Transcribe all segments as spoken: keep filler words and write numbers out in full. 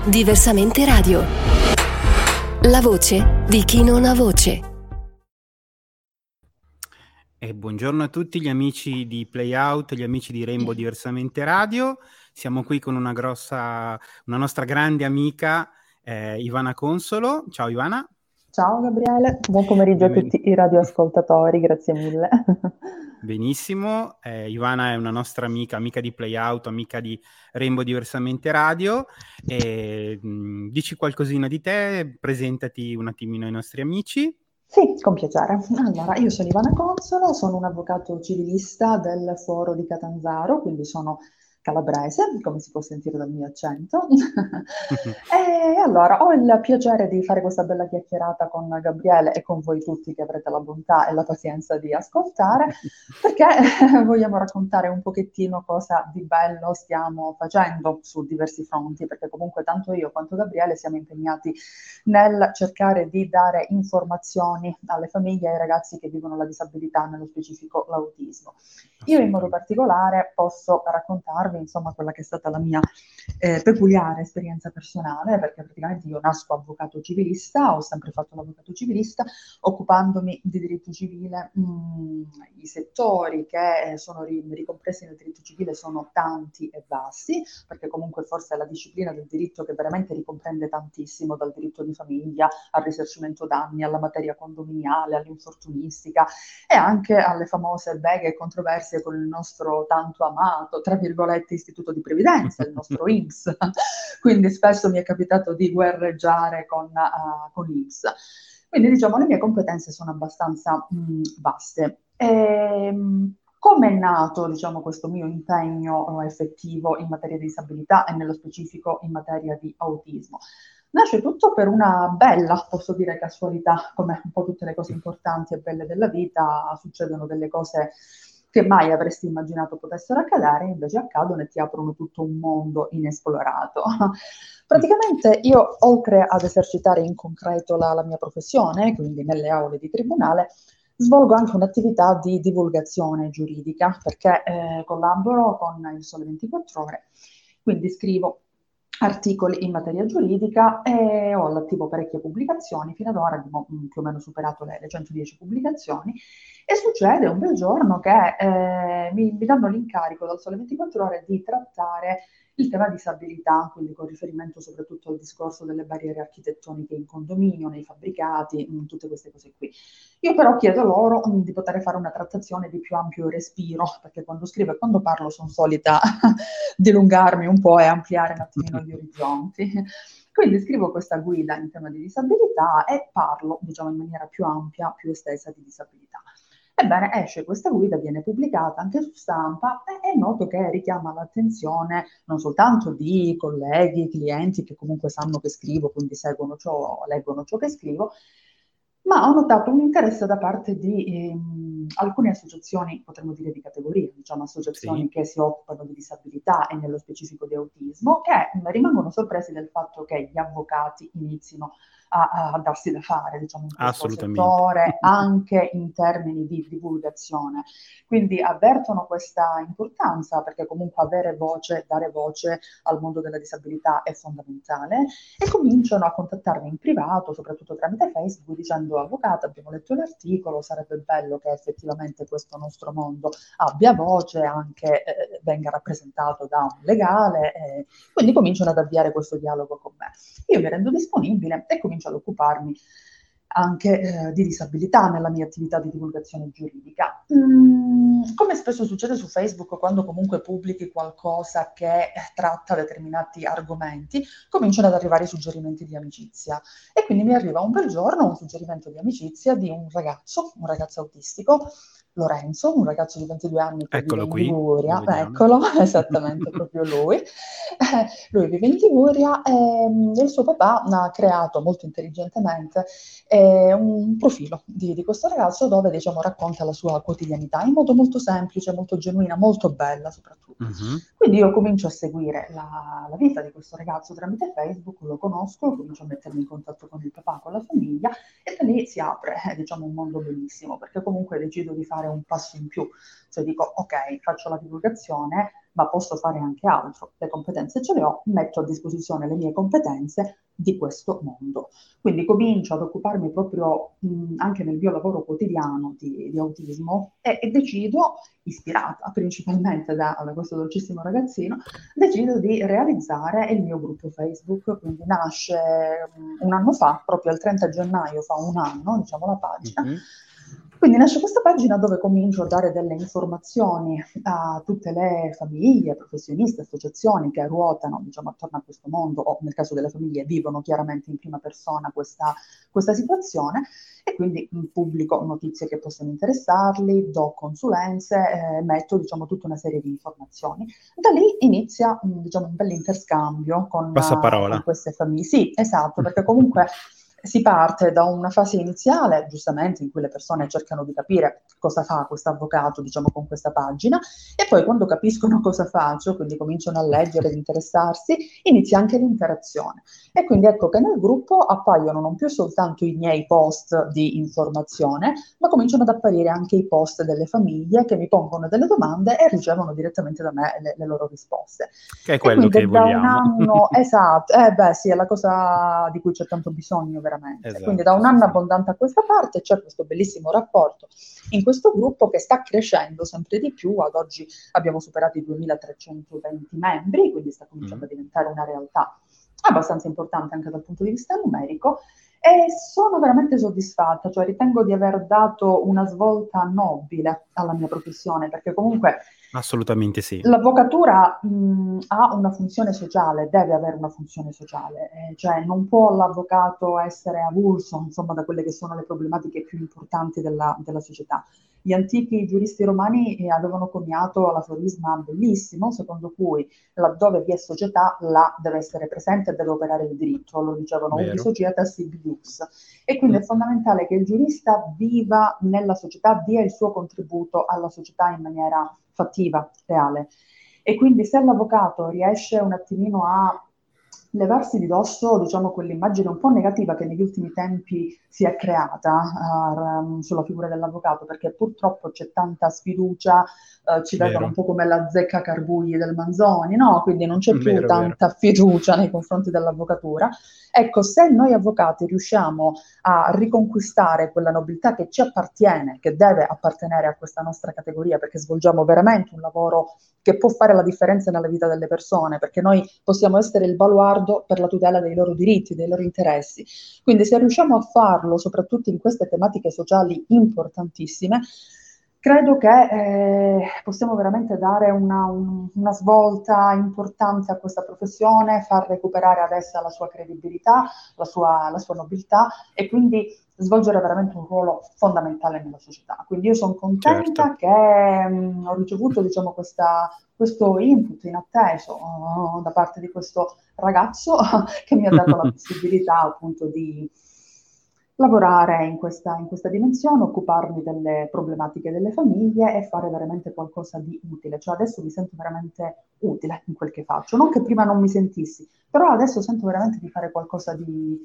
Diversamente Radio. La voce di chi non ha voce. E buongiorno a tutti gli amici di Playout, gli amici di Rainbow Diversamente Radio. Siamo qui con una grossa, una nostra grande amica, eh, Ivana Consolo. Ciao Ivana. Ciao Gabriele, buon pomeriggio Benven- a tutti i radioascoltatori, grazie mille. Benissimo, eh, Ivana è una nostra amica, amica di Playout, amica di Rainbow Diversamente Radio. E, mh, dici qualcosina di te, presentati un attimino ai nostri amici. Sì, con piacere. Allora, io sono Ivana Consolo, sono un avvocato civilista del Foro di Catanzaro, quindi sono calabrese, come si può sentire dal mio accento. E allora, ho il piacere di fare questa bella chiacchierata con Gabriele e con voi tutti che avrete la bontà e la pazienza di ascoltare, perché vogliamo raccontare un pochettino cosa di bello stiamo facendo su diversi fronti, perché comunque tanto io quanto Gabriele siamo impegnati nel cercare di dare informazioni alle famiglie e ai ragazzi che vivono la disabilità, nello specifico l'autismo. Io in modo particolare posso raccontarvi insomma quella che è stata la mia eh, peculiare esperienza personale, perché praticamente io nasco avvocato civilista, ho sempre fatto l'avvocato civilista, occupandomi di diritto civile. Mh, i settori che sono ri- ricompresi nel diritto civile sono tanti e vasti, perché comunque forse è la disciplina del diritto che veramente ricomprende tantissimo, dal diritto di famiglia al risarcimento danni, alla materia condominiale, all'infortunistica e anche alle famose beghe e controversie con il nostro tanto amato, tra virgolette, istituto di previdenza, il nostro I N P S. Quindi spesso mi è capitato di guerreggiare con, uh, con l'I N P S. Quindi diciamo le mie competenze sono abbastanza mh, vaste. E, come è nato diciamo, questo mio impegno uh, effettivo in materia di disabilità e nello specifico in materia di autismo? Nasce tutto per una bella, posso dire, casualità, come un po' tutte le cose importanti e belle della vita, succedono delle cose che mai avresti immaginato potessero accadere, invece accadono e ti aprono tutto un mondo inesplorato. Praticamente io, oltre ad esercitare in concreto la, la mia professione, quindi nelle aule di tribunale, svolgo anche un'attività di divulgazione giuridica, perché eh, collaboro con il Sole ventiquattro Ore, quindi scrivo articoli in materia giuridica e ho all'attivo parecchie pubblicazioni, fino ad ora abbiamo mh, più o meno superato le, le centodieci pubblicazioni e succede un bel giorno che eh, mi, mi danno l'incarico dal Sole ventiquattro Ore di trattare il tema disabilità, quindi con riferimento soprattutto al discorso delle barriere architettoniche in condominio, nei fabbricati, mh, tutte queste cose qui. Io però chiedo loro mh, di poter fare una trattazione di più ampio respiro, perché quando scrivo e quando parlo sono solita dilungarmi un po' e ampliare un attimino gli orizzonti. Quindi scrivo questa guida in tema di disabilità e parlo, diciamo, in maniera più ampia, più estesa di disabilità. Ebbene, esce questa guida, viene pubblicata anche su stampa e è noto che richiama l'attenzione non soltanto di colleghi, clienti che comunque sanno che scrivo, quindi seguono ciò, leggono ciò che scrivo, ma ho notato un interesse da parte di ehm, alcune associazioni, potremmo dire di categoria, diciamo associazioni Sì. che si occupano di disabilità e nello specifico di autismo, che mh, rimangono sorpresi del fatto che gli avvocati inizino a, a darsi da fare, diciamo, in questo settore, anche in termini di divulgazione. Quindi avvertono questa importanza, perché comunque avere voce, dare voce al mondo della disabilità è fondamentale, e cominciano a contattarmi in privato, soprattutto tramite Facebook, dicendo: avvocato, abbiamo letto l'articolo, sarebbe bello che effettivamente questo nostro mondo abbia voce, anche eh, venga rappresentato da un legale, eh. Quindi cominciano ad avviare questo dialogo con me. Io mi rendo disponibile e comincio ad occuparmi anche eh, di disabilità nella mia attività di divulgazione giuridica. Mm, come spesso succede su Facebook, quando comunque pubblichi qualcosa che tratta determinati argomenti, cominciano ad arrivare i suggerimenti di amicizia. E quindi mi arriva un bel giorno un suggerimento di amicizia di un ragazzo, un ragazzo autistico, Lorenzo, un ragazzo di ventidue anni che Eccolo vive in qui, Liguria, eccolo, esattamente proprio lui. Eh, lui vive in Liguria e mm, il suo papà ha creato molto intelligentemente eh, un profilo di, di questo ragazzo dove diciamo racconta la sua quotidianità in modo molto semplice, molto genuina, molto bella soprattutto. Mm-hmm. Quindi io comincio a seguire la, la vita di questo ragazzo tramite Facebook, lo conosco, comincio a mettermi in contatto con il papà, con la famiglia e da lì si apre eh, diciamo un mondo bellissimo, perché comunque decido di fare un passo in più, cioè dico ok, faccio la divulgazione, ma posso fare anche altro, le competenze ce le ho, metto a disposizione le mie competenze di questo mondo. Quindi comincio ad occuparmi proprio mh, anche nel mio lavoro quotidiano di, di autismo e, e decido, ispirata principalmente da, da questo dolcissimo ragazzino, decido di realizzare il mio gruppo Facebook, quindi nasce mh, un anno fa, proprio il trenta gennaio fa un anno, diciamo la pagina. Mm-hmm. Quindi nasce questa pagina dove comincio a dare delle informazioni a tutte le famiglie, professionisti, associazioni che ruotano, diciamo, attorno a questo mondo, o nel caso delle famiglie vivono chiaramente in prima persona questa, questa situazione, e quindi pubblico notizie che possono interessarli, do consulenze, eh, metto, diciamo, tutta una serie di informazioni. Da lì inizia, diciamo, un bel interscambio con, Passaparola. con queste famiglie. Sì, esatto, perché comunque si parte da una fase iniziale, giustamente, in cui le persone cercano di capire cosa fa questo avvocato, diciamo, con questa pagina, e poi quando capiscono cosa faccio, quindi cominciano a leggere, ad interessarsi, inizia anche l'interazione. E quindi ecco che nel gruppo appaiono non più soltanto i miei post di informazione, ma cominciano ad apparire anche i post delle famiglie che mi pongono delle domande e ricevono direttamente da me le, le loro risposte. Che è quello che da vogliamo. Un anno, esatto, eh beh sì, è la cosa di cui c'è tanto bisogno veramente. Esatto, quindi da un anno sì. abbondante a questa parte c'è questo bellissimo rapporto in questo gruppo che sta crescendo sempre di più. Ad oggi abbiamo superato i duemilatrecentoventi membri, quindi sta cominciando mm. a diventare una realtà abbastanza importante anche dal punto di vista numerico, e sono veramente soddisfatta, cioè ritengo di aver dato una svolta nobile alla mia professione, perché comunque assolutamente sì. L'avvocatura mh, ha una funzione sociale, deve avere una funzione sociale, eh, cioè non può l'avvocato essere avulso, insomma, da quelle che sono le problematiche più importanti della, della società. Gli antichi giuristi romani eh, avevano coniato l'aforisma bellissimo, secondo cui laddove vi è società, là deve essere presente e deve operare il diritto, lo dicevano ubi societas sibi ius. E quindi mm. è fondamentale che il giurista viva nella società, dia il suo contributo alla società in maniera fattiva, reale. E quindi se l'avvocato riesce un attimino a levarsi di dosso, diciamo, quell'immagine un po' negativa che negli ultimi tempi si è creata uh, sulla figura dell'avvocato, perché purtroppo c'è tanta sfiducia, uh, ci vero. vedono un po' come la zecca carbugli del Manzoni, no? Quindi non c'è più vero, tanta vero. fiducia nei confronti dell'avvocatura. Ecco, se noi avvocati riusciamo a riconquistare quella nobiltà che ci appartiene, che deve appartenere a questa nostra categoria, perché svolgiamo veramente un lavoro che può fare la differenza nella vita delle persone, perché noi possiamo essere il baluardo per la tutela dei loro diritti, dei loro interessi. Quindi se riusciamo a farlo, soprattutto in queste tematiche sociali importantissime, credo che eh, possiamo veramente dare una, un, una svolta importante a questa professione, far recuperare ad essa la sua credibilità, la sua, la sua nobiltà, e quindi svolgere veramente un ruolo fondamentale nella società. Quindi io sono contenta certo. che mh, ho ricevuto, diciamo, questa, questo input inatteso uh, da parte di questo ragazzo che mi ha dato la possibilità appunto di lavorare in questa, in questa dimensione, occuparmi delle problematiche delle famiglie e fare veramente qualcosa di utile. Cioè adesso mi sento veramente utile in quel che faccio. Non che prima non mi sentissi, però adesso sento veramente di fare qualcosa di...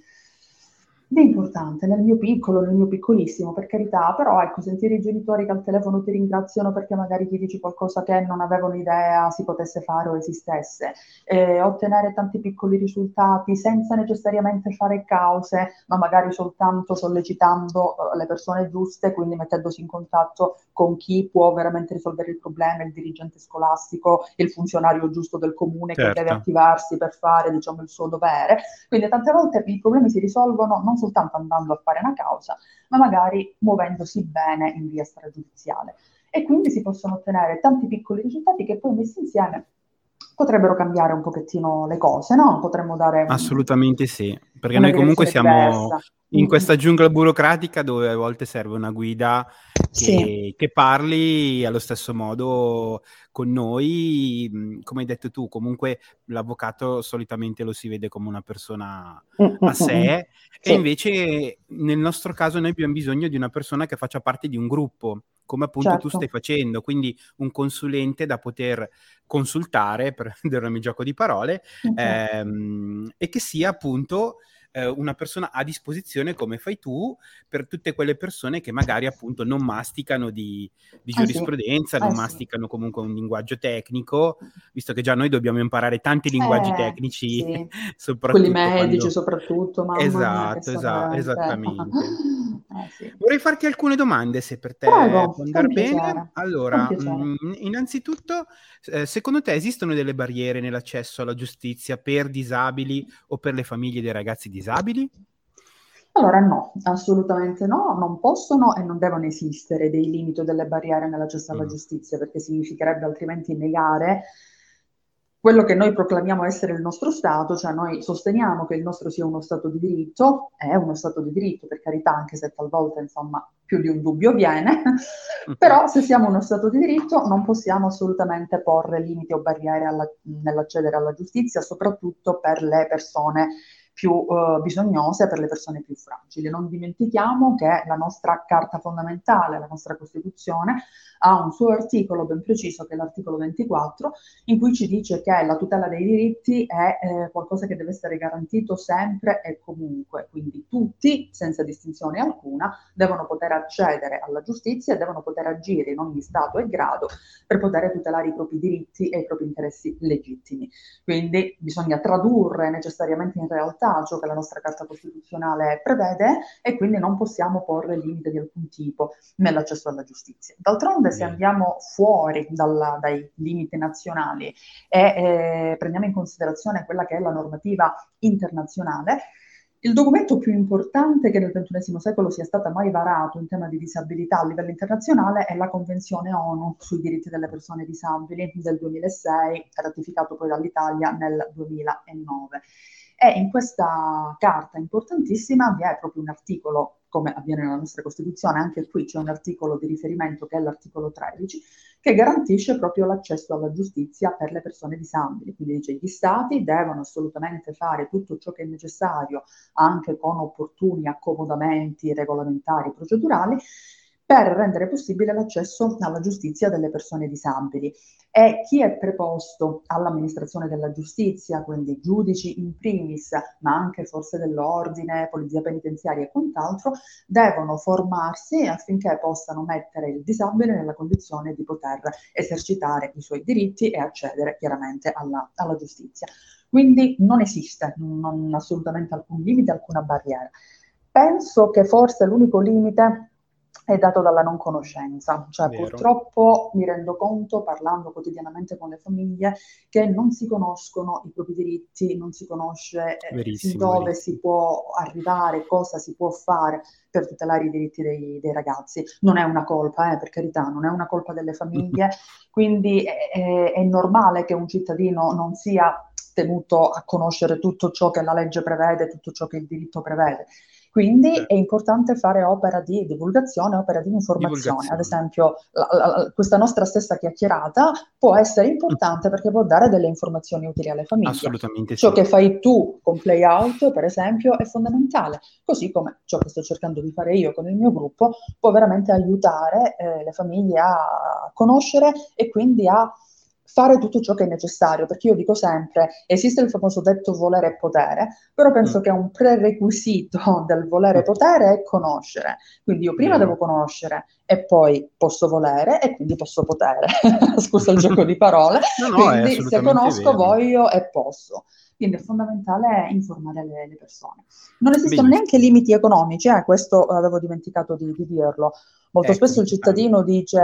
di importante, nel mio piccolo, nel mio piccolissimo, per carità, però ecco, sentire i genitori che al telefono ti ringraziano perché magari gli dici qualcosa che non avevano idea si potesse fare o esistesse, eh, ottenere tanti piccoli risultati senza necessariamente fare cause, ma magari soltanto sollecitando uh, le persone giuste, quindi mettendosi in contatto con chi può veramente risolvere il problema, il dirigente scolastico, il funzionario giusto del comune certo. che deve attivarsi per fare, diciamo, il suo dovere. Quindi tante volte i problemi si risolvono non soltanto andando a fare una causa, ma magari muovendosi bene in via stragiudiziale. E quindi si possono ottenere tanti piccoli risultati che poi messi insieme potrebbero cambiare un pochettino le cose, no? Potremmo dare un, assolutamente sì, perché noi comunque siamo diversa. in Mm-hmm. questa giungla burocratica dove a volte serve una guida che, sì. che parli allo stesso modo con noi. Come hai detto tu, comunque l'avvocato solitamente lo si vede come una persona Mm-hmm. a sé, sì. e invece nel nostro caso noi abbiamo bisogno di una persona che faccia parte di un gruppo, come appunto certo. tu stai facendo, quindi un consulente da poter consultare, per prendermi il gioco di parole, okay. ehm, e che sia appunto eh, una persona a disposizione come fai tu per tutte quelle persone che magari appunto non masticano di, di Eh sì, giurisprudenza, non eh sì. masticano comunque un linguaggio tecnico, visto che già noi dobbiamo imparare tanti linguaggi Eh, tecnici, sì, quelli soprattutto medici quando... soprattutto, mamma mia, che Esatto, sono esa- veramente... esattamente. Eh sì. Vorrei farti alcune domande, se per te Prego, può con andare bene. piacere, con Allora, piacere. mh, innanzitutto, eh, secondo te esistono delle barriere nell'accesso alla giustizia per disabili o per le famiglie dei ragazzi disabili? Allora no, assolutamente no, non possono e non devono esistere dei limiti o delle barriere nell'accesso alla Mm. giustizia, perché significherebbe altrimenti negare quello che noi proclamiamo essere il nostro Stato, cioè noi sosteniamo che il nostro sia uno Stato di diritto, è uno Stato di diritto per carità, anche se talvolta insomma più di un dubbio viene, però se siamo uno Stato di diritto non possiamo assolutamente porre limiti o barriere alla- nell'accedere alla giustizia, soprattutto per le persone più eh, bisognose, per le persone più fragili. Non dimentichiamo che la nostra Carta fondamentale, la nostra Costituzione, ha un suo articolo ben preciso, che è l'articolo ventiquattro, in cui ci dice che la tutela dei diritti è eh, qualcosa che deve essere garantito sempre e comunque, quindi tutti, senza distinzione alcuna, devono poter accedere alla giustizia e devono poter agire in ogni stato e grado per poter tutelare i propri diritti e i propri interessi legittimi. Quindi bisogna tradurre necessariamente in realtà ciò che la nostra Carta Costituzionale prevede e quindi non possiamo porre limite di alcun tipo nell'accesso alla giustizia. D'altronde, se Bene. andiamo fuori dalla, dai limiti nazionali e eh, prendiamo in considerazione quella che è la normativa internazionale, il documento più importante che nel ventunesimo secolo sia stato mai varato in tema di disabilità a livello internazionale è la Convenzione ONU sui diritti delle persone disabili del duemilasei, ratificato poi dall'Italia nel duemilanove. E in questa carta importantissima vi è proprio un articolo, come avviene nella nostra Costituzione, anche qui c'è un articolo di riferimento che è l'articolo tredici, che garantisce proprio l'accesso alla giustizia per le persone disabili. Quindi dice che gli Stati devono assolutamente fare tutto ciò che è necessario, anche con opportuni accomodamenti regolamentari, procedurali, per rendere possibile l'accesso alla giustizia delle persone disabili. E chi è preposto all'amministrazione della giustizia, quindi giudici in primis, ma anche forze dell'ordine, polizia penitenziaria e quant'altro, devono formarsi affinché possano mettere il disabile nella condizione di poter esercitare i suoi diritti e accedere chiaramente alla, alla giustizia. Quindi non esiste non, assolutamente alcun limite, alcuna barriera. Penso che forse l'unico limite è dato dalla non conoscenza, cioè Vero. purtroppo mi rendo conto, parlando quotidianamente con le famiglie, che non si conoscono i propri diritti, non si conosce eh, fin Verissimo, dove si verissimo. può arrivare, cosa si può fare per tutelare i diritti dei, dei ragazzi. Non è una colpa, eh, per carità, non è una colpa delle famiglie, quindi è, è, è normale che un cittadino non sia tenuto a conoscere tutto ciò che la legge prevede, tutto ciò che il diritto prevede. Quindi è Certo. importante fare opera di divulgazione, opera di informazione. Ad Divulgazione. esempio, la, la, questa nostra stessa chiacchierata può essere importante perché può dare delle informazioni utili alle famiglie. Assolutamente Ciò sì. che fai tu con Playout, per esempio, è fondamentale, così come ciò che sto cercando di fare io con il mio gruppo può veramente aiutare eh, le famiglie a conoscere e quindi a fare tutto ciò che è necessario, perché io dico sempre, esiste il famoso detto volere e potere, però penso Mm. che un prerequisito del volere e potere è conoscere. Quindi io prima devo Vero. conoscere e poi posso volere e quindi posso potere. Scusa il gioco di parole. No, no, è Quindi se assolutamente conosco, vero. voglio e posso. Quindi è fondamentale informare le, le persone. Non esistono neanche Benissimo. limiti economici, eh, questo avevo dimenticato di, di dirlo. Molto Ecco, spesso il importante. cittadino dice,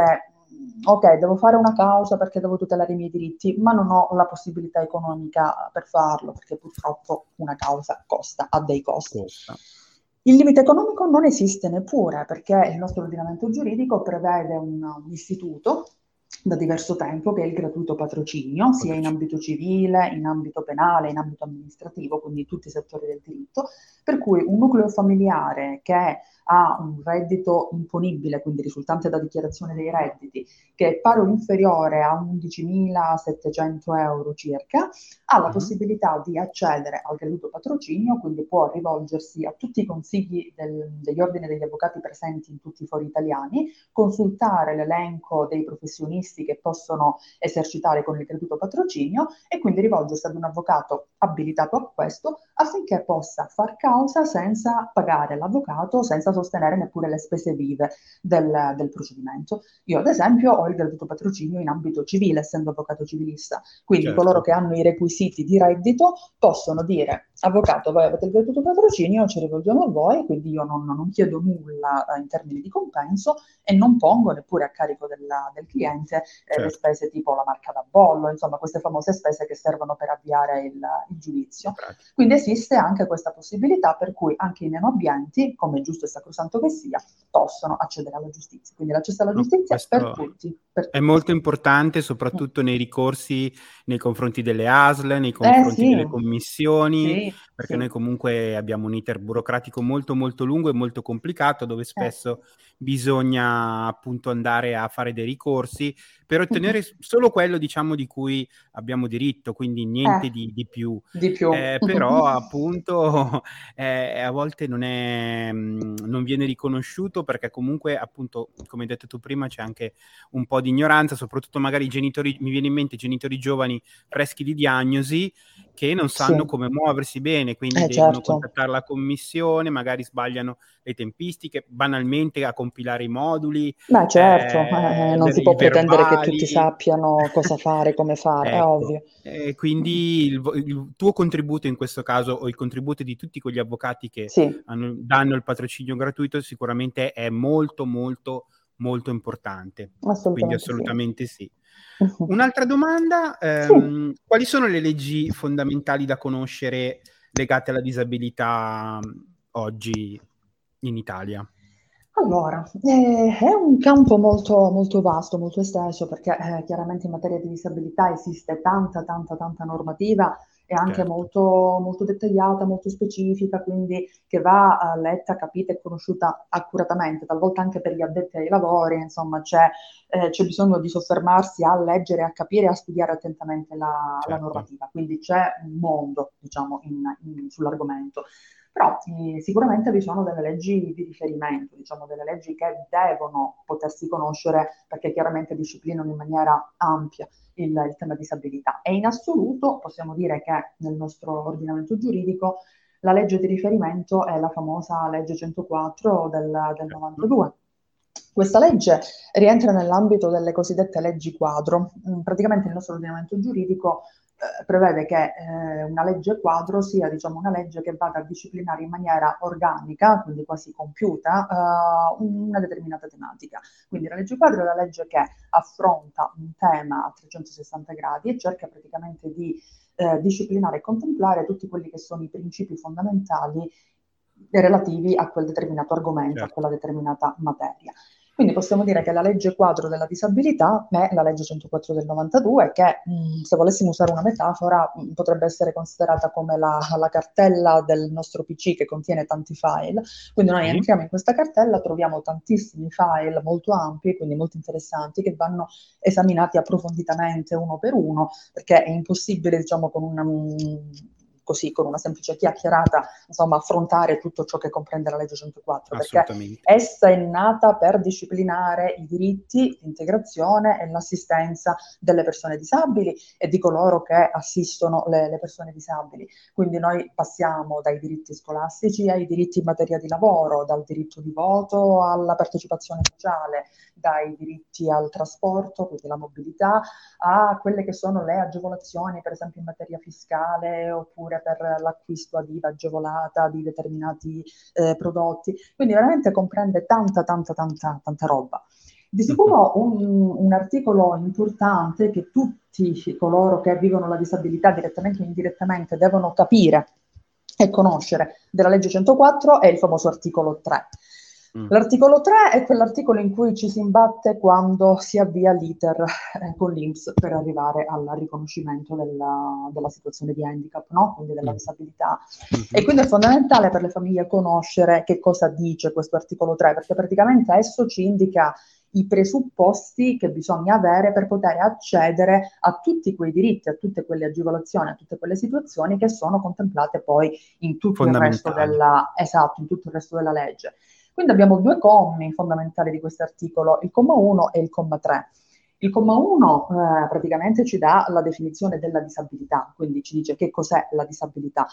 ok, devo fare una causa perché devo tutelare i miei diritti, ma non ho la possibilità economica per farlo, perché purtroppo una causa costa, ha dei costi. Costa. Il limite economico non esiste neppure, perché il nostro ordinamento giuridico prevede un, un istituto da diverso tempo, che è il gratuito patrocinio, sia in Patrocinio. ambito civile, in ambito penale, in ambito amministrativo, quindi in tutti i settori del diritto, per cui un nucleo familiare che ha un reddito imponibile, quindi risultante da dichiarazione dei redditi, che è pari o inferiore a undicimilasettecento euro circa, ha la Uh-huh. possibilità di accedere al gratuito patrocinio, quindi può rivolgersi a tutti i consigli del, degli ordini degli avvocati presenti in tutti i fori italiani, consultare l'elenco dei professionisti che possono esercitare con il gratuito patrocinio e quindi rivolgersi ad un avvocato abilitato a questo affinché possa far causa senza pagare l'avvocato, senza sostenere neppure le spese vive del, del procedimento. Io ad esempio ho il gratuito patrocinio in ambito civile, essendo avvocato civilista, quindi coloro Certo. che hanno i requisiti di reddito possono dire: avvocato, voi avete il gratuito patrocinio, ci rivolgiamo a voi, quindi io non, non chiedo nulla eh, in termini di compenso e non pongo neppure a carico della- del cliente eh, le Certo, spese tipo la marca da bollo, insomma queste famose spese che servono per avviare il, il giudizio. in pratica. Quindi esiste anche questa possibilità per cui anche i meno abbienti, come è giusto e sacrosanto che sia, possono accedere alla giustizia. Quindi l'accesso alla No, giustizia per questo tutti. Per è tutti. molto importante, Mm. soprattutto nei ricorsi nei confronti delle A S L, nei Eh confronti sì, delle commissioni, sì, perché noi sì. comunque abbiamo un iter burocratico molto molto lungo e molto complicato, dove Eh. spesso bisogna appunto andare a fare dei ricorsi per ottenere Mhm. s- solo quello, diciamo, di cui abbiamo diritto, quindi niente Eh, di, di più. di più. Eh, però appunto eh, a volte non è, mh, non viene riconosciuto perché comunque appunto, come hai detto tu prima, c'è anche un po' di ignoranza, soprattutto magari i genitori, mi viene in mente i genitori giovani freschi di diagnosi che non Sì, sanno come muoversi bene, quindi eh devono certo. contattare la commissione, magari sbagliano le tempistiche, banalmente a compilare i moduli, Beh, certo, eh, eh, non si le- può i pretendere che tutti verbali. sappiano cosa fare, come fare, è Ecco, ovvio. e quindi il, vo- il tuo contributo in questo caso, o il contributo di tutti quegli avvocati che Sì, hanno- danno il patrocinio gratuito, sicuramente è molto, molto, molto importante. Quindi assolutamente sì. assolutamente sì. Mhm. Un'altra domanda, Sì. ehm, quali sono le leggi fondamentali da conoscere legate alla disabilità mh, oggi in Italia? Allora, eh, è un campo molto, molto vasto, molto esteso, perché eh, chiaramente in materia di disabilità esiste tanta, tanta, tanta normativa e anche Certo, molto, molto dettagliata, molto specifica, quindi che va eh, letta, capita e conosciuta accuratamente, talvolta anche per gli addetti ai lavori, insomma, c'è eh, c'è bisogno di soffermarsi a leggere, a capire e a studiare attentamente la, la certo. normativa, quindi c'è un mondo, diciamo, in- in- sull'argomento. Però eh, sicuramente vi sono delle leggi di riferimento, diciamo delle leggi che devono potersi conoscere perché chiaramente disciplinano in maniera ampia il, il tema disabilità. E in assoluto possiamo dire che nel nostro ordinamento giuridico la legge di riferimento è la famosa legge centoquattro del, del Certo. novantadue. Questa legge rientra nell'ambito delle cosiddette leggi quadro. Mm, Praticamente il nostro ordinamento giuridico eh, prevede che eh, una legge quadro sia, diciamo, una legge che vada a disciplinare in maniera organica, quindi quasi compiuta, eh, una determinata tematica. Quindi la legge quadro è la legge che affronta un tema a trecentosessanta gradi e cerca praticamente di eh, disciplinare e contemplare tutti quelli che sono i principi fondamentali relativi a quel determinato argomento, a Certo. quella determinata materia. Quindi possiamo dire che la legge quadro della disabilità è la legge centoquattro del novantadue, che mh, se volessimo usare una metafora mh, potrebbe essere considerata come la, la cartella del nostro P C che contiene tanti file. Quindi noi Sì. entriamo in questa cartella, troviamo tantissimi file molto ampi, quindi molto interessanti, che vanno esaminati approfonditamente uno per uno, perché è impossibile, diciamo, con una, mh, così, con una semplice chiacchierata, insomma, affrontare tutto ciò che comprende la legge centoquattro, perché Assolutamente. essa è nata per disciplinare i diritti, l'integrazione e l'assistenza delle persone disabili e di coloro che assistono le, le persone disabili. Quindi noi passiamo dai diritti scolastici ai diritti in materia di lavoro, dal diritto di voto alla partecipazione sociale, dai diritti al trasporto, quindi la mobilità, a quelle che sono le agevolazioni, per esempio in materia fiscale, oppure per l'acquisto ad I V A agevolata di determinati eh, prodotti. Quindi veramente comprende tanta, tanta, tanta, tanta roba. Di sicuro un, un articolo importante che tutti coloro che vivono la disabilità direttamente o indirettamente devono capire e conoscere della legge centoquattro è il famoso articolo tre. Mm. L'articolo tre è quell'articolo in cui ci si imbatte quando si avvia l'iter eh, con l'I N P S per arrivare al riconoscimento della, della situazione di handicap, no? Quindi della Mm. disabilità. E Mhm. quindi è fondamentale per le famiglie conoscere che cosa dice questo articolo tre, perché praticamente esso ci indica i presupposti che bisogna avere per poter accedere a tutti quei diritti, a tutte quelle agevolazioni, a tutte quelle situazioni che sono contemplate poi in tutto il resto Fondamentali. della, esatto, in tutto il resto della legge. Quindi abbiamo due commi fondamentali di questo articolo, il comma uno e il comma tre. Il comma uno eh, praticamente ci dà la definizione della disabilità, quindi ci dice che cos'è la disabilità.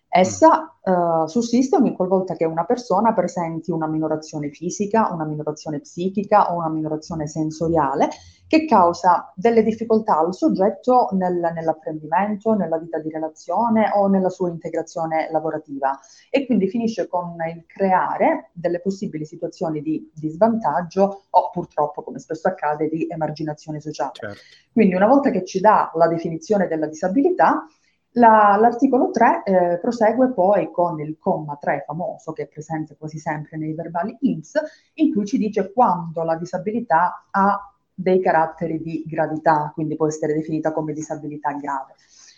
Essa uh, sussiste ogni qualvolta che una persona presenti una minorazione fisica, una minorazione psichica o una minorazione sensoriale che causa delle difficoltà al soggetto nel, nell'apprendimento, nella vita di relazione o nella sua integrazione lavorativa, e quindi finisce con il creare delle possibili situazioni di, di svantaggio o purtroppo, come spesso accade, di emarginazione sociale. Certo. Quindi una volta che ci dà la definizione della disabilità, La, l'articolo tre eh, prosegue poi con il comma tre famoso, che è presente quasi sempre nei verbali I N P S, in cui ci dice quando la disabilità ha dei caratteri di gravità, quindi può essere definita come disabilità grave.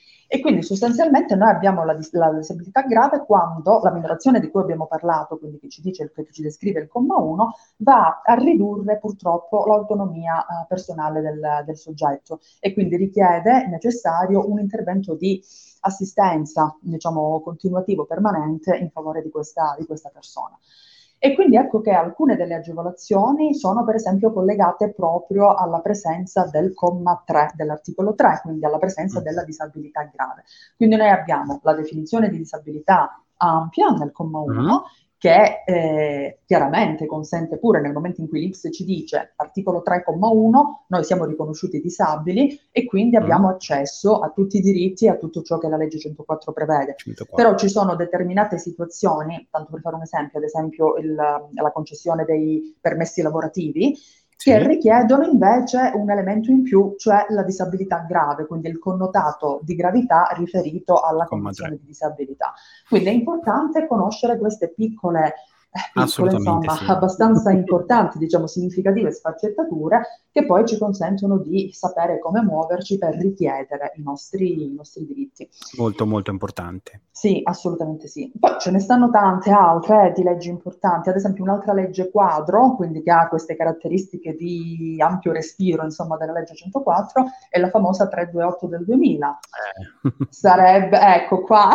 E quindi sostanzialmente noi abbiamo la, dis- la disabilità grave quando la minorazione di cui abbiamo parlato, quindi che ci dice, che ci descrive il comma uno, va a ridurre purtroppo l'autonomia eh, personale del, del soggetto, e quindi richiede, è necessario, un intervento di assistenza, diciamo, continuativo, permanente in favore di questa, di questa persona. E quindi ecco che alcune delle agevolazioni sono per esempio collegate proprio alla presenza del comma tre dell'articolo tre, quindi alla presenza della disabilità grave. Quindi noi abbiamo la definizione di disabilità ampia nel comma uno, mm-hmm. che eh, chiaramente consente pure, nel momento in cui l'I N P S ci dice articolo tre comma uno, noi siamo riconosciuti disabili e quindi abbiamo mm. accesso a tutti i diritti e a tutto ciò che la legge centoquattro prevede. centoquattro. Però ci sono determinate situazioni, tanto per fare un esempio, ad esempio il, la concessione dei permessi lavorativi, che sì. richiedono invece un elemento in più, cioè la disabilità grave, quindi il connotato di gravità riferito alla condizione di disabilità. Quindi è importante conoscere queste piccole, eh, piccole insomma, sì. abbastanza importanti, diciamo significative sfaccettature, che poi ci consentono di sapere come muoverci per richiedere i nostri, i nostri diritti. Molto, molto importante. Sì, assolutamente sì. Poi ce ne stanno tante altre eh, di leggi importanti, ad esempio un'altra legge quadro, quindi che ha queste caratteristiche di ampio respiro, insomma, della legge centoquattro, è la famosa trecentoventotto del duemila. Eh. Sarebbe, ecco, qua,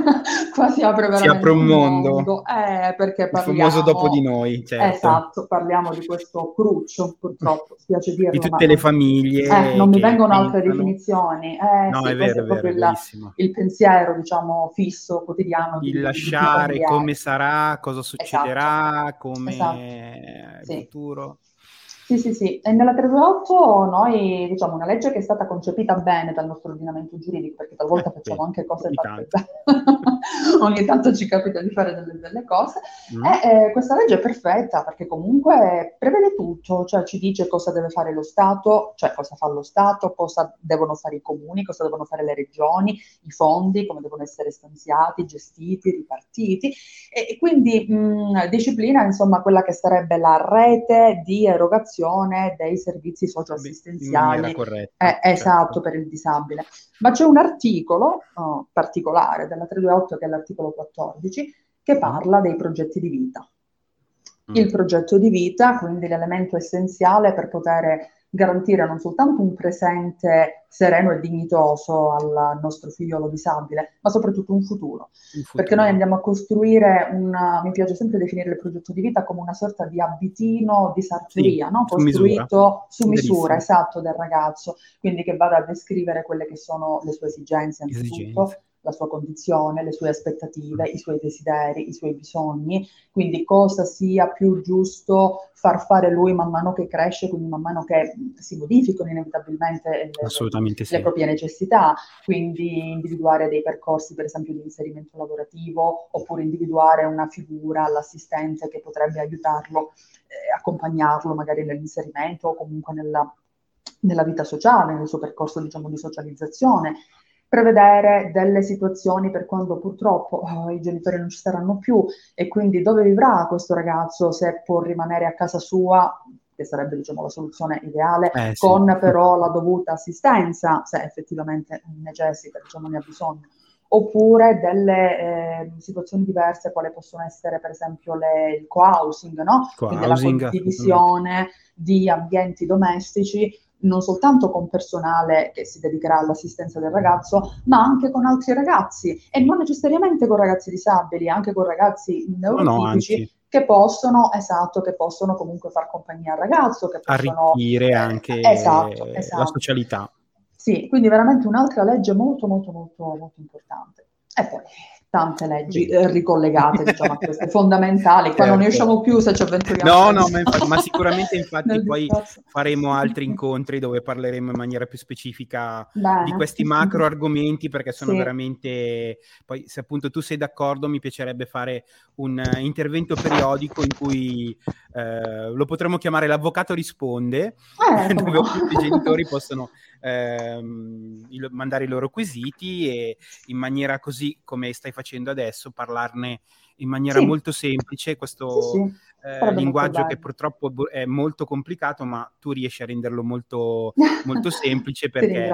qua si apre veramente si apre un mondo. mondo eh, perché parliamo, il famoso dopo di noi, certo. Esatto, parliamo di questo cruccio, purtroppo, spiace dirlo. Di tutte ma, le famiglie. Eh, non mi vengono pensano. altre definizioni. Eh, no, sì, è vero, è proprio è vero, il, il pensiero, diciamo, fisso, quotidiano. Il di, lasciare, di come sarà, cosa succederà, esatto. come esatto. il sì. futuro. Sì, sì, sì. E nella trecentoventotto noi, diciamo, una legge che è stata concepita bene dal nostro ordinamento giuridico, perché talvolta eh, facciamo anche cose ogni fatte tanto. ogni tanto ci capita di fare delle belle cose. Mm. E eh, questa legge è perfetta perché comunque prevede tutto, cioè ci dice cosa deve fare lo Stato, cioè cosa fa lo Stato, cosa devono fare i comuni, cosa devono fare le regioni, i fondi, come devono essere stanziati, gestiti, ripartiti, e, e quindi mh, disciplina, insomma, quella che sarebbe la rete di erogazione dei servizi socioassistenziali, corretta, eh, certo. esatto, per il disabile. Ma c'è un articolo oh, particolare della trecentoventotto, che è l'articolo quattordici, che parla dei progetti di vita. Mm. Il progetto di vita, quindi l'elemento essenziale per poter garantire non soltanto un presente sereno e dignitoso al nostro figliolo disabile, ma soprattutto un futuro. un futuro. Perché noi andiamo a costruire, una, mi piace sempre definire il progetto di vita come una sorta di abitino di sartoria, sì, no? su costruito misura. su misura, esatto, del ragazzo, quindi che vada a descrivere quelle che sono le sue esigenze anzitutto, esigenze. la sua condizione, le sue aspettative, i suoi desideri, i suoi bisogni, quindi cosa sia più giusto far fare lui man mano che cresce, quindi man mano che si modificano inevitabilmente le, Assolutamente le, sì. le proprie necessità, quindi individuare dei percorsi per esempio di inserimento lavorativo, oppure individuare una figura, l'assistente che potrebbe aiutarlo, eh, accompagnarlo magari nell'inserimento o comunque nella, nella vita sociale, nel suo percorso diciamo di socializzazione. Prevedere delle situazioni per quando purtroppo oh, i genitori non ci saranno più e quindi dove vivrà questo ragazzo, se può rimanere a casa sua, che sarebbe diciamo la soluzione ideale, eh, sì. con però la dovuta assistenza, se effettivamente necessita, diciamo ne ha bisogno, oppure delle eh, situazioni diverse, quali possono essere per esempio le, il co-housing, no? Co-housing, quindi la condivisione di ambienti domestici, non soltanto con personale che si dedicherà all'assistenza del ragazzo, ma anche con altri ragazzi, e non necessariamente con ragazzi disabili, anche con ragazzi neurotipici, no, no, che possono, esatto, che possono comunque far compagnia al ragazzo, che possono arricchire anche eh, esatto, esatto. la socialità. Sì, quindi veramente un'altra legge molto, molto, molto, molto importante. E poi tante leggi eh, ricollegate, diciamo, a queste fondamentali. Qua certo. Non ne usciamo più se ci avventuriamo. No, no, ma, infatti, ma sicuramente infatti poi discorso. faremo altri incontri dove parleremo in maniera più specifica Bene. di questi macro argomenti, perché sono sì. veramente... Poi se appunto tu sei d'accordo mi piacerebbe fare un intervento periodico in cui eh, lo potremmo chiamare l'avvocato risponde, eh, dove no. tutti i genitori possono ehm, il, mandare i loro quesiti e in maniera così come stai facendo adesso parlarne in maniera sì. molto semplice, questo sì, sì. eh, linguaggio che purtroppo è molto complicato, ma tu riesci a renderlo molto, molto semplice perché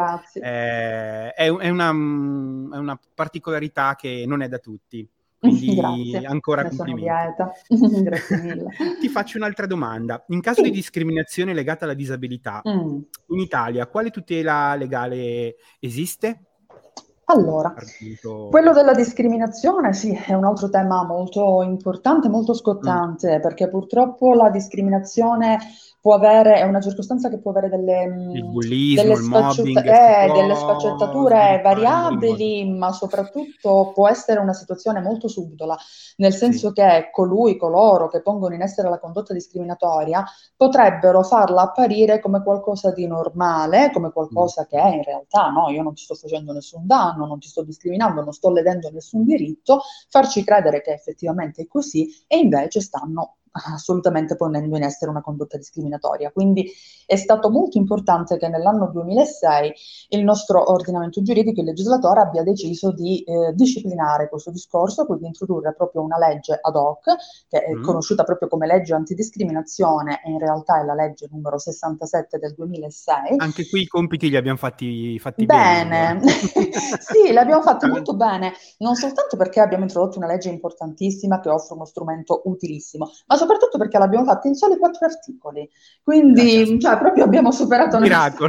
eh, è, è, una, è una particolarità che non è da tutti. Quindi Grazie. ancora ne complimenti. Sono lieta. Grazie mille. Ti faccio un'altra domanda. In caso sì. di discriminazione legata alla disabilità, mm. in Italia quale tutela legale esiste? Allora, Argomento... quello della discriminazione sì, è un altro tema molto importante, molto scottante, mm. perché purtroppo la discriminazione può avere, è una circostanza che può avere delle, il bullismo, delle, il mobbing, eh, delle sfaccettature variabili, ma soprattutto può essere una situazione molto subdola, nel senso sì. che colui, coloro che pongono in essere la condotta discriminatoria potrebbero farla apparire come qualcosa di normale, come qualcosa mm. che è in realtà, no, io non ti sto facendo nessun danno, non ti sto discriminando, non sto ledendo nessun diritto, farci credere che effettivamente è così e invece stanno assolutamente ponendo in essere una condotta discriminatoria. Quindi è stato molto importante che nell'anno duemilasei il nostro ordinamento giuridico, il legislatore, abbia deciso di eh, disciplinare questo discorso, quindi introdurre proprio una legge ad hoc, che è mm. conosciuta proprio come legge antidiscriminazione e in realtà è la legge numero sessantasette del duemilasei. Anche qui i compiti li abbiamo fatti, fatti bene. bene. Sì, li abbiamo fatti molto bene, non soltanto perché abbiamo introdotto una legge importantissima che offre uno strumento utilissimo, ma soprattutto perché l'abbiamo fatta in soli quattro articoli. Quindi, cioè, proprio abbiamo superato... Un miracolo.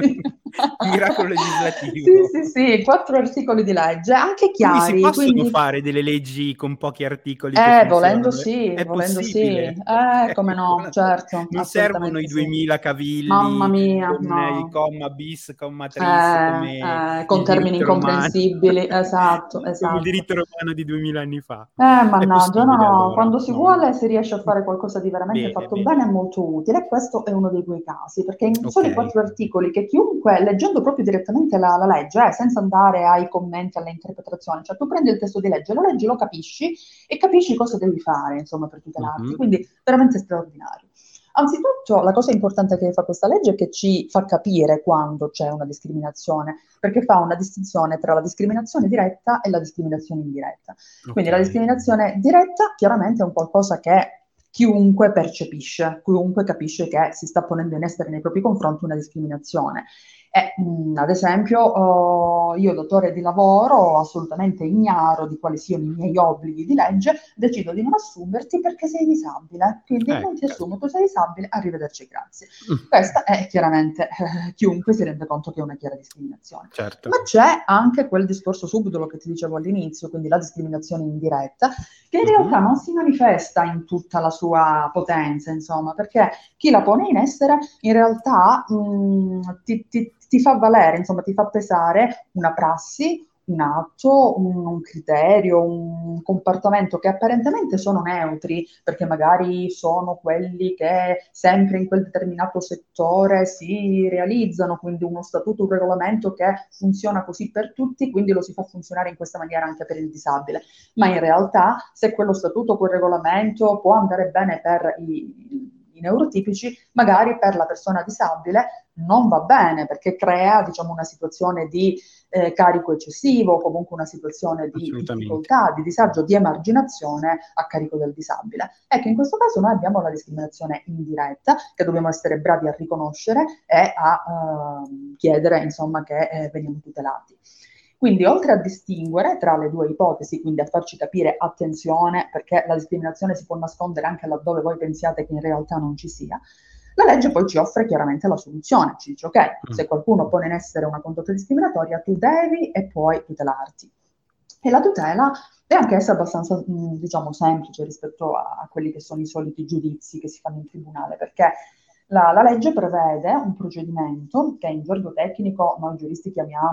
Un miracolo legislativo. Sì, sì, sì, quattro articoli di legge, anche chiari. Quindi si possono quindi... fare delle leggi con pochi articoli Eh, che volendo funzionano? sì, È volendo possibile? sì. Eh, come no, certo, Non servono i sì. duemila cavilli Mamma mia, con no. i comma bis, comma tris, Eh, come eh, con termini incomprensibili, esatto, come esatto. il diritto romano di duemila anni fa. Eh, mannaggia, no, no, allora. quando si no. vuole si riesce a fare qualcosa di veramente bene, fatto bene. bene e molto utile, e questo è uno dei quei casi, perché in Okay. soli quattro articoli che chiunque, leggendo proprio direttamente la, la legge, eh, senza andare ai commenti, alle interpretazioni, cioè tu prendi il testo di legge, lo leggi, lo capisci e capisci cosa devi fare, insomma, per tutelarti, Mm-hmm. quindi veramente straordinario. Anzitutto, la cosa importante che fa questa legge è che ci fa capire quando c'è una discriminazione, perché fa una distinzione tra la discriminazione diretta e la discriminazione indiretta. Quindi Okay. la discriminazione diretta chiaramente è un qualcosa che chiunque percepisce, chiunque capisce che si sta ponendo in essere nei propri confronti una discriminazione. E, mh, ad esempio, oh, io datore di lavoro, assolutamente ignaro di quali siano i miei obblighi di legge, decido di non assumerti perché sei disabile, quindi Eh, non ti assumo, tu sei disabile, arrivederci, grazie. Mm. Questa è chiaramente, eh, chiunque si rende conto che è una chiara discriminazione. Certo. Ma c'è anche quel discorso subdolo che ti dicevo all'inizio, quindi la discriminazione indiretta, che in Mm-hmm. realtà non si manifesta in tutta la sua potenza, insomma, perché chi la pone in essere in realtà mh, ti, ti, ti fa valere, insomma, ti fa pesare una prassi, un atto, un, un criterio, un comportamento che apparentemente sono neutri, perché magari sono quelli che sempre in quel determinato settore si realizzano, quindi uno statuto, un regolamento che funziona così per tutti, quindi lo si fa funzionare in questa maniera anche per il disabile. Ma in realtà, se quello statuto, quel regolamento può andare bene per i i neurotipici, magari per la persona disabile non va bene, perché crea, diciamo, una situazione di eh, carico eccessivo, comunque una situazione di difficoltà, di disagio, di emarginazione a carico del disabile. Ecco, in questo caso noi abbiamo la discriminazione indiretta, che dobbiamo essere bravi a riconoscere e a eh, chiedere, insomma, che eh, veniamo tutelati. Quindi, oltre a distinguere tra le due ipotesi, quindi a farci capire, attenzione, perché la discriminazione si può nascondere anche laddove voi pensiate che in realtà non ci sia, la legge poi ci offre chiaramente la soluzione, ci dice ok, se qualcuno pone in essere una condotta discriminatoria, tu devi e puoi tutelarti. E la tutela è anche essa abbastanza, mh, diciamo, semplice rispetto a, a quelli che sono i soliti giudizi che si fanno in tribunale, perché La, la legge prevede un procedimento che in gergo tecnico noi giuristi chiamiamo, cioè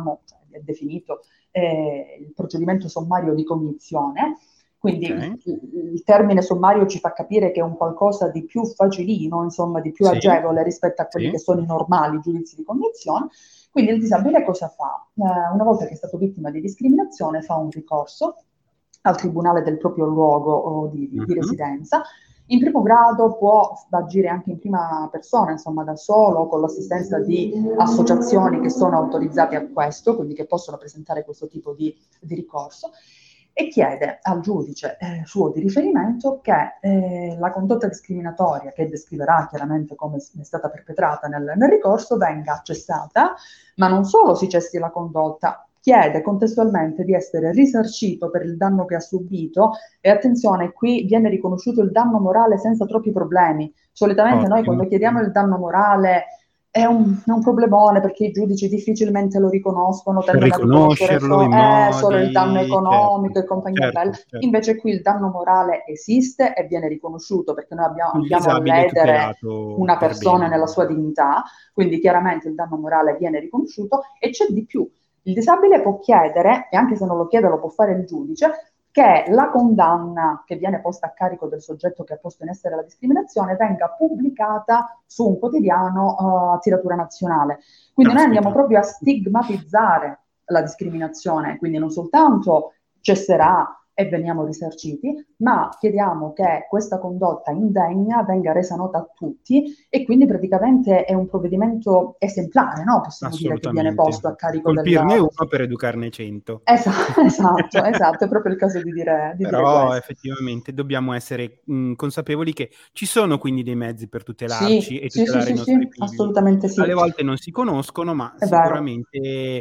è definito eh, il procedimento sommario di cognizione. Quindi Ok. il, il termine sommario ci fa capire che è un qualcosa di più facilino, insomma, di più Sì, agevole rispetto a quelli sì. che sono i normali giudizi di cognizione. Quindi il disabile cosa fa? Eh, una volta che è stato vittima di discriminazione fa un ricorso al tribunale del proprio luogo o di, di- di Mhm. residenza. In primo grado può agire anche in prima persona, insomma da solo, con l'assistenza di associazioni che sono autorizzate a questo, quindi che possono presentare questo tipo di, di ricorso, e chiede al giudice eh, suo di riferimento che eh, la condotta discriminatoria, che descriverà chiaramente come è stata perpetrata nel, nel ricorso, venga cessata, ma non solo si cessi la condotta, chiede contestualmente di essere risarcito per il danno che ha subito e attenzione, qui viene riconosciuto il danno morale senza troppi problemi. Solitamente noi Ottimo. quando chiediamo il danno morale è un, è un problemone perché i giudici difficilmente lo riconoscono, Per tendono a riconoscere riconoscerlo so- in eh, solo il danno modi, certo, economico e compagnia bella. certo, certo. Invece qui il danno morale esiste e viene riconosciuto perché noi abbiamo, Il andiamo a disabile è ledere tutelato una per persona bene. nella sua dignità, quindi chiaramente il danno morale viene riconosciuto e c'è di più. Il disabile può chiedere, e anche se non lo chiede lo può fare il giudice, che la condanna che viene posta a carico del soggetto che ha posto in essere la discriminazione venga pubblicata su un quotidiano uh, a tiratura nazionale. Quindi noi andiamo Caspita. proprio a stigmatizzare la discriminazione, quindi non soltanto cesserà e veniamo risarciti, ma chiediamo che questa condotta indegna venga resa nota a tutti e quindi praticamente è un provvedimento esemplare, no? Possiamo dire che viene posto a Assolutamente. carico Colpirne della... uno per educarne cento. Esatto, esatto, esatto, è proprio il caso di dire, di dire Però questo. effettivamente dobbiamo essere mh, consapevoli che ci sono quindi dei mezzi per tutelarci Sì, e sì, sì, tutelare i sì, nostri sì, figli. assolutamente sì, Alle volte non si conoscono, ma è vero. sicuramente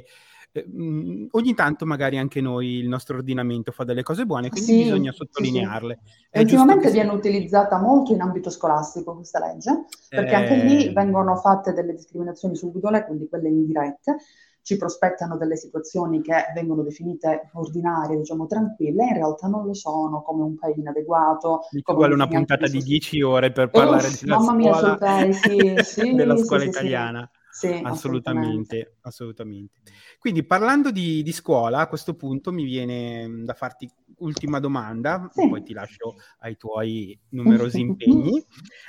eh, mh, ogni tanto magari anche noi, il nostro ordinamento fa delle cose buone, quindi bisogna Sì, sì, sì. sottolinearle. E È giusto che ultimamente sia viene così. utilizzata molto in ambito scolastico questa legge, perché anche lì Eh, vengono fatte delle discriminazioni subdole, quindi quelle indirette, ci prospettano delle situazioni che vengono definite ordinarie, diciamo tranquille, in realtà non lo sono, come un paio inadeguato, mi ci come un vuole una insegnante di puntata di sostegno. dieci ore per parlare Uff, della mamma mia, scuola, Soltei, sì, della sì, sì, scuola sì, sì, italiana. sì, assolutamente. Assolutamente, assolutamente. Quindi parlando di, di scuola, a questo punto mi viene mm, da farti ultima domanda, poi Sì. ti lascio ai tuoi numerosi impegni.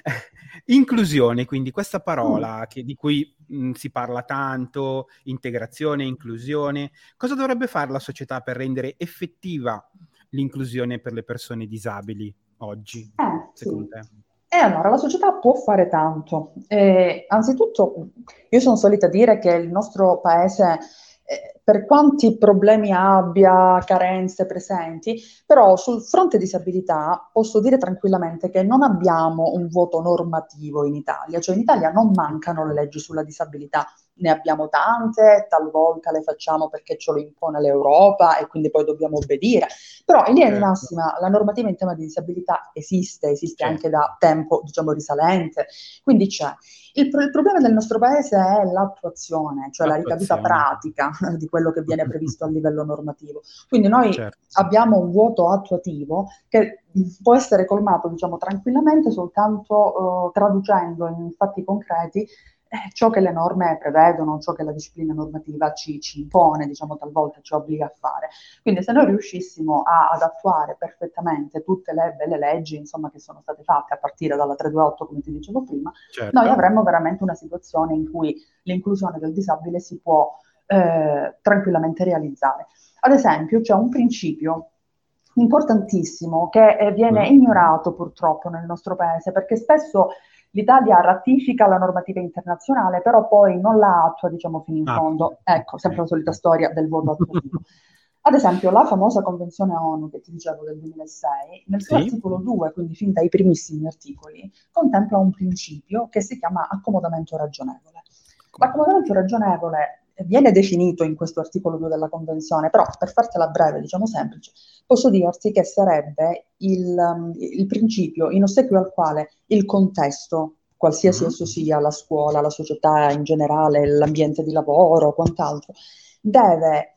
Inclusione, quindi questa Mm. parola che, di cui mh, si parla tanto, integrazione, inclusione, cosa dovrebbe fare la società per rendere effettiva l'inclusione per le persone disabili oggi, Eh, secondo sì. te? E allora la società può fare tanto. Eh, anzitutto, io sono solita dire che il nostro paese, eh, per quanti problemi abbia, carenze presenti, però sul fronte disabilità posso dire tranquillamente che non abbiamo un vuoto normativo in Italia, cioè in Italia non mancano le leggi sulla disabilità, ne abbiamo tante, talvolta le facciamo perché ce lo impone l'Europa e quindi poi dobbiamo obbedire. Però in linea di Certo, massima la normativa in tema di disabilità esiste, esiste c'è. anche da tempo, diciamo, risalente, quindi c'è. Il, pro- il problema del nostro paese è l'attuazione, cioè la ricaduta Attuazione. pratica di quello che viene previsto a livello normativo. Quindi noi Certo. abbiamo un vuoto attuativo che può essere colmato, diciamo, tranquillamente soltanto eh, traducendo in fatti concreti eh, ciò che le norme prevedono, ciò che la disciplina normativa ci, ci impone, diciamo, talvolta ci obbliga a fare. Quindi se noi riuscissimo a, ad attuare perfettamente tutte le belle leggi, insomma, che sono state fatte a partire dalla trecentoventuotto, come ti dicevo prima, noi Certo. avremmo veramente una situazione in cui l'inclusione del disabile si può eh, tranquillamente realizzare. Ad esempio, c'è un principio importantissimo che eh, viene Mm. ignorato purtroppo nel nostro paese, perché spesso l'Italia ratifica la normativa internazionale, però poi non la attua, diciamo, fino in Ah, fondo. Ecco, ok, sempre la solita ok. storia del voto attuativo. Ad esempio, la famosa Convenzione ONU che ti dicevo del duemilasei, nel suo Sì? articolo due, quindi fin dai primissimi articoli, contempla un principio che si chiama accomodamento ragionevole. L'accomodamento ragionevole viene definito in questo articolo due della Convenzione, però per fartela breve, diciamo semplice, posso dirti che sarebbe il, um, il principio in ossequio al quale il contesto, qualsiasi Mm. esso sia, la scuola, la società in generale, l'ambiente di lavoro, quant'altro, deve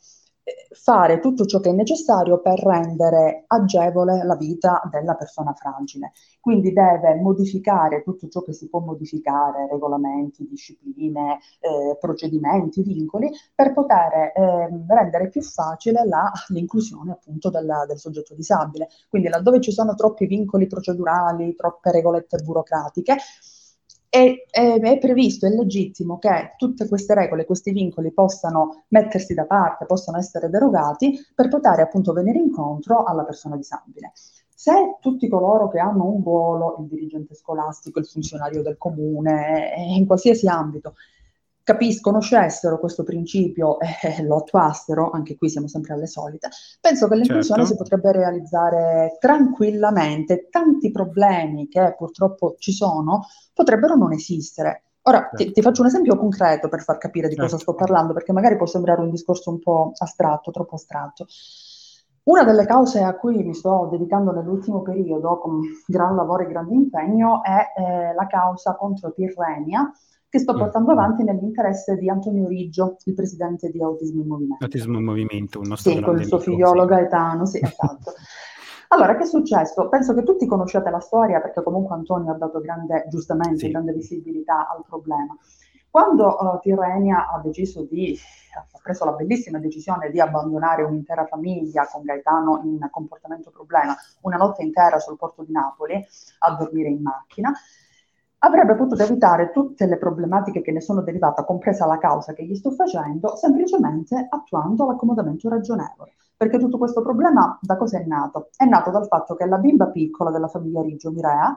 fare tutto ciò che è necessario per rendere agevole la vita della persona fragile. Quindi deve modificare tutto ciò che si può modificare, regolamenti, discipline, eh, procedimenti, vincoli, per poter eh, rendere più facile la, l'inclusione appunto della, del soggetto disabile. Quindi laddove ci sono troppi vincoli procedurali, troppe regolette burocratiche, È, è, è previsto, è legittimo che tutte queste regole, questi vincoli possano mettersi da parte, possano essere derogati per poter appunto venire incontro alla persona disabile. Se tutti coloro che hanno un ruolo, il dirigente scolastico, il funzionario del comune, eh, in qualsiasi ambito, capiscono, conoscessero questo principio e eh, lo attuassero, anche qui siamo sempre alle solite, penso che l'inclusione Certo. si potrebbe realizzare tranquillamente. Tanti problemi che purtroppo ci sono potrebbero non esistere. Ora Certo. ti, ti faccio un esempio concreto per far capire di cosa Certo. sto parlando, perché magari può sembrare un discorso un po' astratto, troppo astratto. Una delle cause a cui mi sto dedicando nell'ultimo periodo con gran lavoro e grande impegno è eh, la causa contro Tirrenia, che sto portando Mm. avanti nell'interesse di Antonio Riggio, il presidente di Autismo in Movimento. Autismo in Movimento, un nostro Sì, con grande il suo amico, figliolo sì. Gaetano, sì, esatto. Allora, che è successo? Penso che tutti conosciate la storia, perché comunque Antonio ha dato grande, giustamente, Sì. grande visibilità al problema. Quando uh, Tirrenia ha deciso di, ha preso la bellissima decisione di abbandonare un'intera famiglia con Gaetano in comportamento problema, una notte intera sul porto di Napoli, a dormire in macchina, avrebbe potuto evitare tutte le problematiche che ne sono derivate, compresa la causa che gli sto facendo, semplicemente attuando l'accomodamento ragionevole. Perché tutto questo problema da cosa è nato? È nato dal fatto che la bimba piccola della famiglia Riggio, Mirea,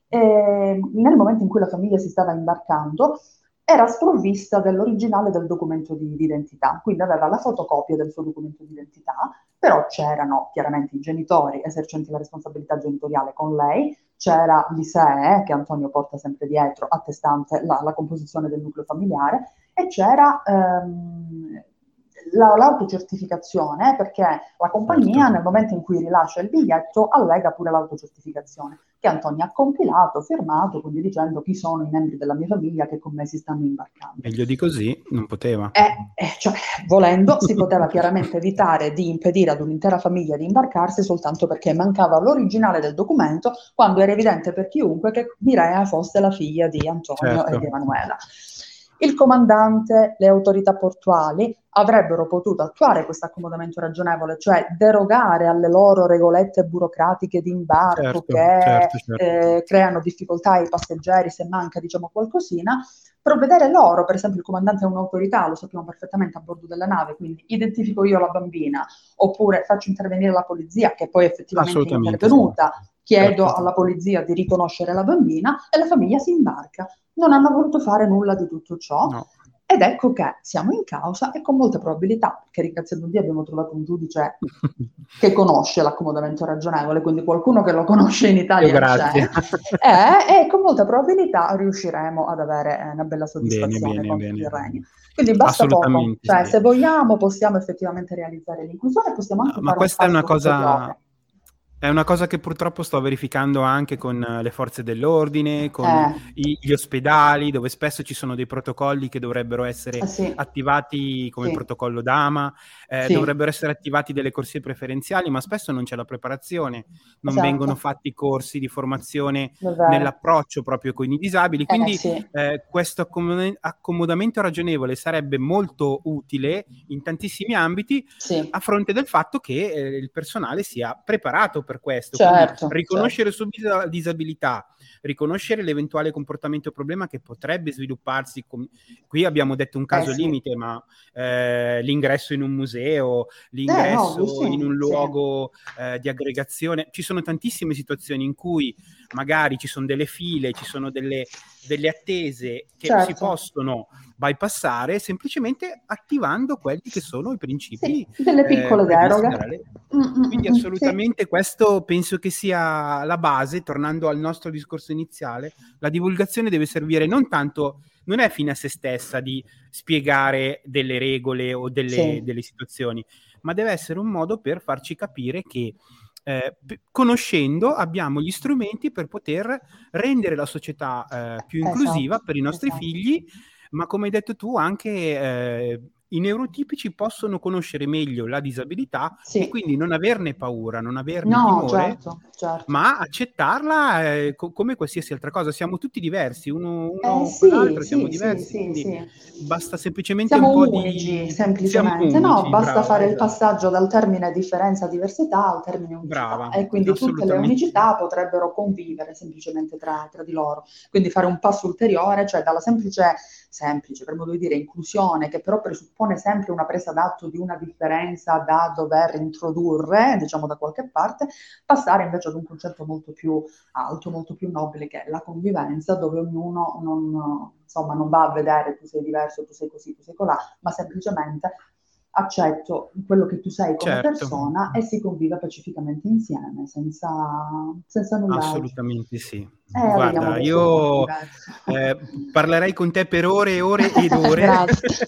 eh, nel momento in cui la famiglia si stava imbarcando, era sprovvista dell'originale del documento di, di identità, quindi aveva la fotocopia del suo documento di identità, però c'erano chiaramente i genitori esercenti la responsabilità genitoriale con lei, c'era l'I S E E che Antonio porta sempre dietro, attestante la, la composizione del nucleo familiare, e c'era ehm, la, l'autocertificazione, perché la compagnia Certo. nel momento in cui rilascia il biglietto allega pure l'autocertificazione, che Antonio ha compilato, firmato, quindi dicendo chi sono i membri della mia famiglia che con me si stanno imbarcando. Meglio di così non poteva. Eh, eh, cioè, volendo, si poteva chiaramente evitare di impedire ad un'intera famiglia di imbarcarsi soltanto perché mancava l'originale del documento, quando era evidente per chiunque che Mirea fosse la figlia di Antonio Certo. e di Emanuela. Il comandante, le autorità portuali avrebbero potuto attuare questo accomodamento ragionevole, cioè derogare alle loro regolette burocratiche di imbarco Certo, che certo, certo. eh, creano difficoltà ai passeggeri se manca, diciamo, qualcosina, provvedere loro. Per esempio il comandante è un'autorità, lo sappiamo perfettamente, a bordo della nave, quindi identifico io la bambina, oppure faccio intervenire la polizia, che poi effettivamente è Assolutamente intervenuta, sì. chiedo Certo. alla polizia di riconoscere la bambina e la famiglia si imbarca. Non hanno voluto fare nulla di tutto ciò. No. Ed ecco che siamo in causa e con molta probabilità, perché ringraziando Dio abbiamo trovato un giudice che conosce l'accomodamento ragionevole, quindi qualcuno che lo conosce in Italia Io c'è, grazie. e, e con molta probabilità riusciremo ad avere una bella Bene, soddisfazione bene, con bene. il regno. Quindi basta poco, Assolutamente cioè sì. se vogliamo possiamo effettivamente realizzare l'inclusione, possiamo anche Ma fare un questa è una passo ulteriore. cosa, è una cosa che purtroppo sto verificando anche con le forze dell'ordine, con Eh, i- gli ospedali, dove spesso ci sono dei protocolli che dovrebbero essere eh sì, attivati, come il sì, protocollo Dama, eh, sì, dovrebbero essere attivati delle corsie preferenziali, ma spesso non c'è la preparazione, non vengono esatto, fatti corsi di formazione è vero. nell'approccio proprio con i disabili, Eh quindi sì, eh, questo accom- accomodamento ragionevole sarebbe molto utile in tantissimi ambiti, sì, a fronte del fatto che eh, il personale sia preparato per questo. certo, Quindi riconoscere subito la disabilità, riconoscere l'eventuale comportamento o problema che potrebbe svilupparsi. Com- qui abbiamo detto un caso eh sì. limite, ma eh, l'ingresso in un museo, Eh, l'ingresso ovvio, sì, in un sì. luogo eh, di aggregazione. Ci sono tantissime situazioni in cui magari ci sono delle file, ci sono delle, delle attese che Certo. si possono bypassare semplicemente attivando quelli che sono i principi Sì, delle eh, piccole previsti deroghe. dalla legge. Mm, mm, Quindi mm, sì. assolutamente questo penso che sia la base. Tornando al nostro discorso iniziale, la divulgazione deve servire non tanto, non è fine a se stessa di spiegare delle regole o delle, Sì. delle situazioni, ma deve essere un modo per farci capire che eh, p- conoscendo abbiamo gli strumenti per poter rendere la società eh, più inclusiva Esatto, per i nostri esatto. figli, ma come hai detto tu anche eh, i neurotipici possono conoscere meglio la disabilità Sì. e quindi non averne paura, non averne No, timore, certo, certo. ma accettarla eh, co- come qualsiasi altra cosa. Siamo tutti diversi, uno, uno Eh con l'altro, sì, siamo sì, sì, diversi, sì, quindi sì. basta semplicemente un Siamo po' unici, di... Siamo semplicemente. No, unici, basta brava, fare il esatto. passaggio dal termine differenza, diversità al termine unicità. Brava, E quindi tutte le assolutamente. unicità potrebbero convivere semplicemente tra, tra di loro. Quindi fare un passo ulteriore, cioè dalla semplice, semplice, per modo di dire, inclusione, che però presuppone sempre una presa d'atto di una differenza da dover introdurre, diciamo da qualche parte, passare invece ad un concetto molto più alto, molto più nobile, che è la convivenza, dove ognuno non, insomma, non va a vedere tu sei diverso, tu sei così, tu sei colà, ma semplicemente accetto quello che tu sei come Certo, persona e si convive pacificamente insieme, senza, senza null'altro. assolutamente sì. E arriviamo Guarda, verso un mondo io diverso. eh, parlerei con te per ore e ore ed ore. Grazie.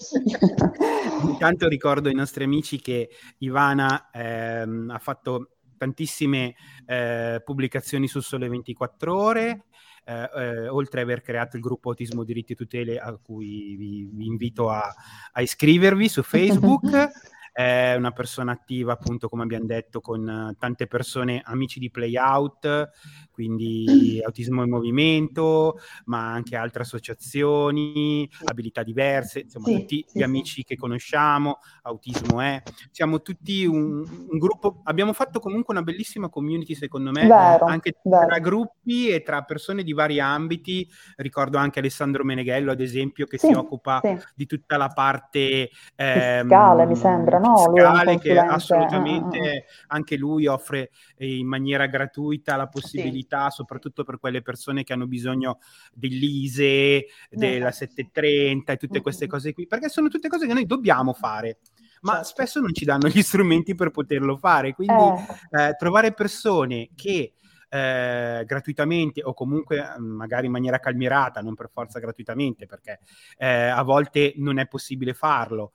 Intanto ricordo ai nostri amici che Ivana ehm, ha fatto tantissime eh, pubblicazioni su Sole ventiquattro Ore, eh, eh, oltre ad aver creato il gruppo Autismo Diritti e Tutele, a cui vi, vi invito a, a iscrivervi su Facebook. È una persona attiva, appunto, come abbiamo detto, con uh, tante persone, amici di Playout, quindi Autismo in Movimento, ma anche altre associazioni, Sì. abilità diverse, insomma, Sì, tutti sì, gli sì. amici che conosciamo, Autismo è. Siamo tutti un, un gruppo, abbiamo fatto comunque una bellissima community, secondo me, Vero, anche vero. tra gruppi e tra persone di vari ambiti. Ricordo anche Alessandro Meneghello, ad esempio, che Sì, si occupa sì. di tutta la parte Fiscale, mi ehm, sembra, no? Lui è un fiscale, che consulente. eh, eh, eh. assolutamente anche lui offre eh, in maniera gratuita la Sì, possibilità, soprattutto per quelle persone che hanno bisogno dell'I S E E, della esatto. settecentotrenta e tutte queste Mm, mm, cose qui, perché sono tutte cose che noi dobbiamo fare, ma certo. spesso non ci danno gli strumenti per poterlo fare, quindi Eh, eh, trovare persone che eh, gratuitamente o comunque magari in maniera calmierata, non per forza gratuitamente, perché eh, a volte non è possibile farlo,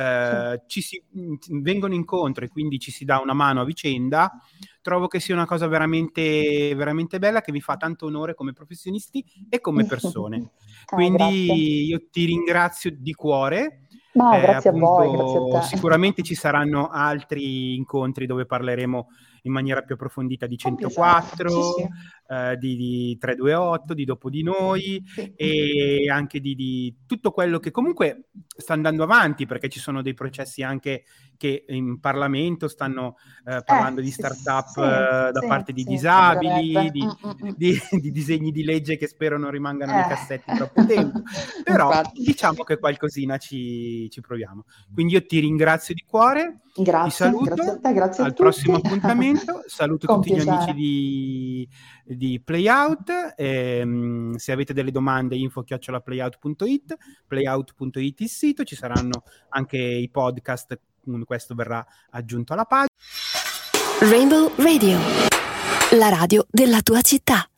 eh, ci si vengono incontro e quindi ci si dà una mano a vicenda. Trovo che sia una cosa veramente, veramente bella, che vi fa tanto onore come professionisti e come persone. eh, Quindi grazie. io ti ringrazio di cuore. Ma Eh, grazie a voi, grazie a appunto, te. sicuramente ci saranno altri incontri dove parleremo in maniera più approfondita di Con piacere. centoquattro, Sì, sì. eh, di, di trecentoventotto, di Dopo di Noi Sì. e anche di, di tutto quello che comunque sta andando avanti, perché ci sono dei processi anche che in Parlamento stanno eh, parlando Eh, di sì, startup sì, eh, da sì, parte di sì, disabili, sembrerebbe. di, Mm, mm, mm. di, di disegni di legge che spero non rimangano nei Eh. cassetti troppo tempo, però Infatti. diciamo che qualcosina ci, ci proviamo. Quindi io ti ringrazio di cuore, ti Grazie, saluto, grazie a te, grazie a al prossimo tutti. appuntamento, saluto Con tutti gli piacere. amici di, di Playout, ehm, se avete delle domande info chiocciola playout punto it, playout punto it il sito, ci saranno anche i podcast, questo verrà aggiunto alla pagina. Rainbow Radio, la radio della tua città.